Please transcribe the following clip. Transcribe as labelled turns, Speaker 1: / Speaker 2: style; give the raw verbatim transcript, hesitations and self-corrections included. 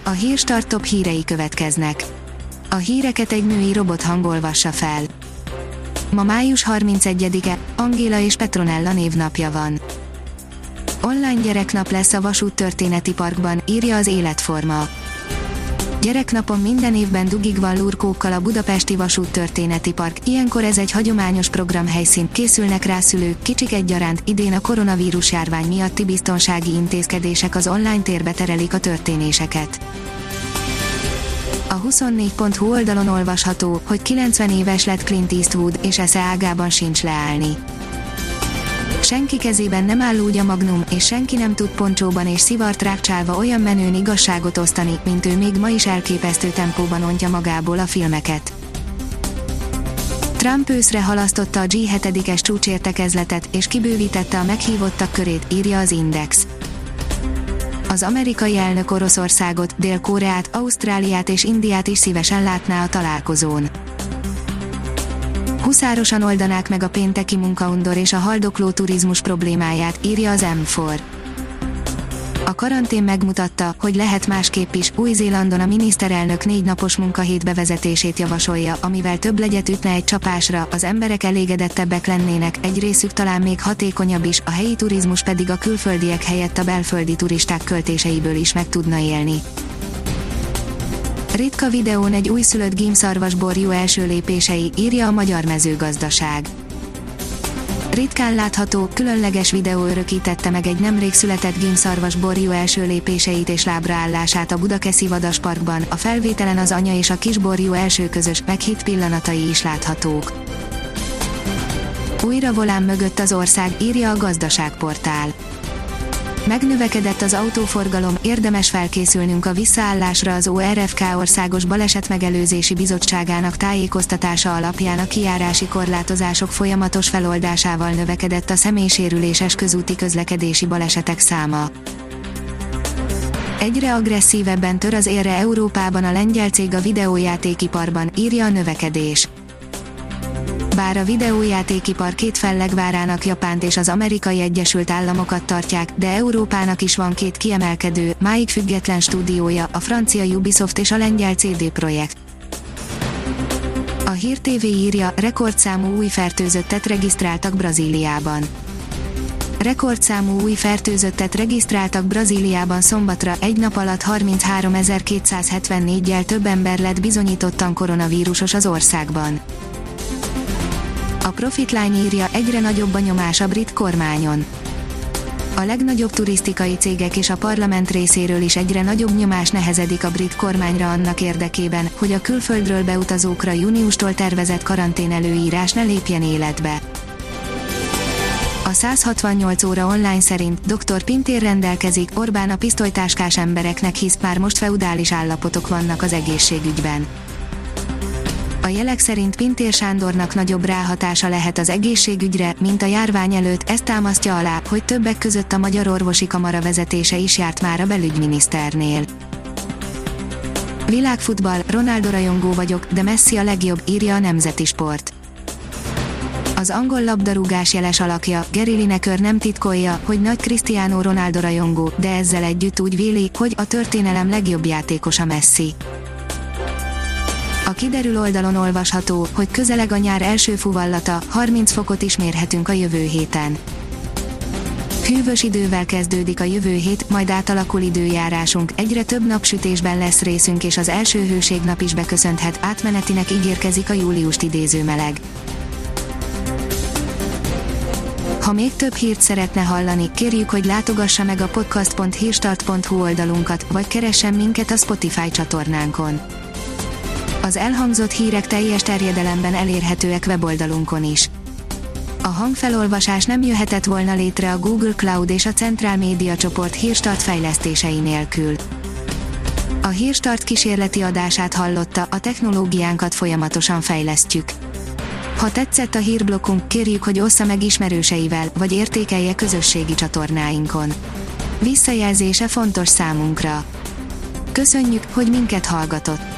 Speaker 1: A Hírstart top hírei következnek. A híreket egy női robothang olvassa fel. Ma május harmincegyedike, Angéla és Petronella névnapja van. Online gyereknap lesz a Vasúttörténeti Parkban, írja az Életforma. Gyereknapon minden évben dugig van lurkókkal a budapesti Vasúttörténeti Park, ilyenkor ez egy hagyományos programhelyszín, készülnek rá szülők, kicsik egyaránt, idén a koronavírus járvány miatti biztonsági intézkedések az online térbe terelik a történéseket. A huszonnégy pont hu oldalon olvasható, hogy kilencven éves lett Clint Eastwood, és esze ágában sincs leállni. Senki kezében nem áll úgy a magnum, és senki nem tud poncsóban és szivart rákcsálva olyan menőn igazságot osztani, mint ő, még ma is elképesztő tempóban ontja magából a filmeket. Trump őszre halasztotta a G hetedikes csúcsértekezletet, és kibővítette a meghívottak körét, írja az Index. Az amerikai elnök Oroszországot, Dél-Koreát, Ausztráliát és Indiát is szívesen látná a találkozón. Huszárosan oldanák meg a pénteki munkaundor és a haldokló turizmus problémáját, írja az M négy. A karantén megmutatta, hogy lehet másképp is. Új-Zélandon a miniszterelnök négy napos munkahét bevezetését javasolja, amivel több legyet ütne egy csapásra, az emberek elégedettebbek lennének, egy részük talán még hatékonyabb is, a helyi turizmus pedig a külföldiek helyett a belföldi turisták költéseiből is meg tudna élni. Ritka videón egy újszülött gímszarvasborjú első lépései, írja a Magyar Mezőgazdaság. Ritkán látható, különleges videó örökítette meg egy nemrég született gímszarvasborjú első lépéseit és lábraállását a Budakeszi Vadasparkban, a felvételen az anya és a kisborjú első közös, meghitt pillanatai is láthatók. Újra volán mögött az ország, írja a Gazdaságportál. Megnövekedett az autóforgalom, érdemes felkészülnünk a visszaállásra. Az o er ef ká Országos Balesetmegelőzési Bizottságának tájékoztatása alapján a kijárási korlátozások folyamatos feloldásával növekedett a személysérüléses közúti közlekedési balesetek száma. Egyre agresszívebben tör az élre Európában a lengyel cég a videójátékiparban, írja a Növekedés. Bár a videójátékipar két fellegvárának Japánt és az Amerikai Egyesült Államokat tartják, de Európának is van két kiemelkedő, máig független stúdiója, a francia Ubisoft és a lengyel cé dé Projekt. A Hír té vé írja, rekordszámú új fertőzöttet regisztráltak Brazíliában. Rekordszámú új fertőzöttet regisztráltak Brazíliában szombatra, egy nap alatt harmincháromezer-kétszázhetvennégyel több ember lett bizonyítottan koronavírusos az országban. A Profitline írja, egyre nagyobb a nyomás a brit kormányon. A legnagyobb turisztikai cégek és a parlament részéről is egyre nagyobb nyomás nehezedik a brit kormányra annak érdekében, hogy a külföldről beutazókra júniustól tervezett karantén előírás ne lépjen életbe. A száz hatvannyolc óra online szerint doktor Pintér rendelkezik, Orbán a pisztolytáskás embereknek hisz, már most feudális állapotok vannak az egészségügyben. A jelek szerint Pintér Sándornak nagyobb ráhatása lehet az egészségügyre, mint a járvány előtt, ezt támasztja alá, hogy többek között a Magyar Orvosi Kamara vezetése is járt már a belügyminiszternél. Világfutball, Ronaldo rajongó vagyok, de Messi a legjobb, írja a Nemzeti Sport. Az angol labdarúgás jeles alakja, Gary Lineker nem titkolja, hogy nagy Cristiano Ronaldo rajongó, de ezzel együtt úgy véli, hogy a történelem legjobb játékosa Messi. A Kiderül oldalon olvasható, hogy közeleg a nyár első fuvallata, harminc fokot is mérhetünk a jövő héten. Hűvös idővel kezdődik a jövő hét, majd átalakul időjárásunk, egyre több napsütésben lesz részünk és az első hőségnap is beköszönthet, átmenetinek ígérkezik a júliust idéző meleg. Ha még több hírt szeretne hallani, kérjük, hogy látogassa meg a podcast pont hírstart pont hu oldalunkat, vagy keressen minket a Spotify csatornánkon. Az elhangzott hírek teljes terjedelemben elérhetőek weboldalunkon is. A hangfelolvasás nem jöhetett volna létre a Google Cloud és a Centrál Média csoport Hírstart fejlesztései nélkül. A Hírstart kísérleti adását hallotta, a technológiánkat folyamatosan fejlesztjük. Ha tetszett a hírblokkunk, kérjük, hogy ossza meg ismerőseivel, vagy értékelje közösségi csatornáinkon. Visszajelzése fontos számunkra. Köszönjük, hogy minket hallgatott!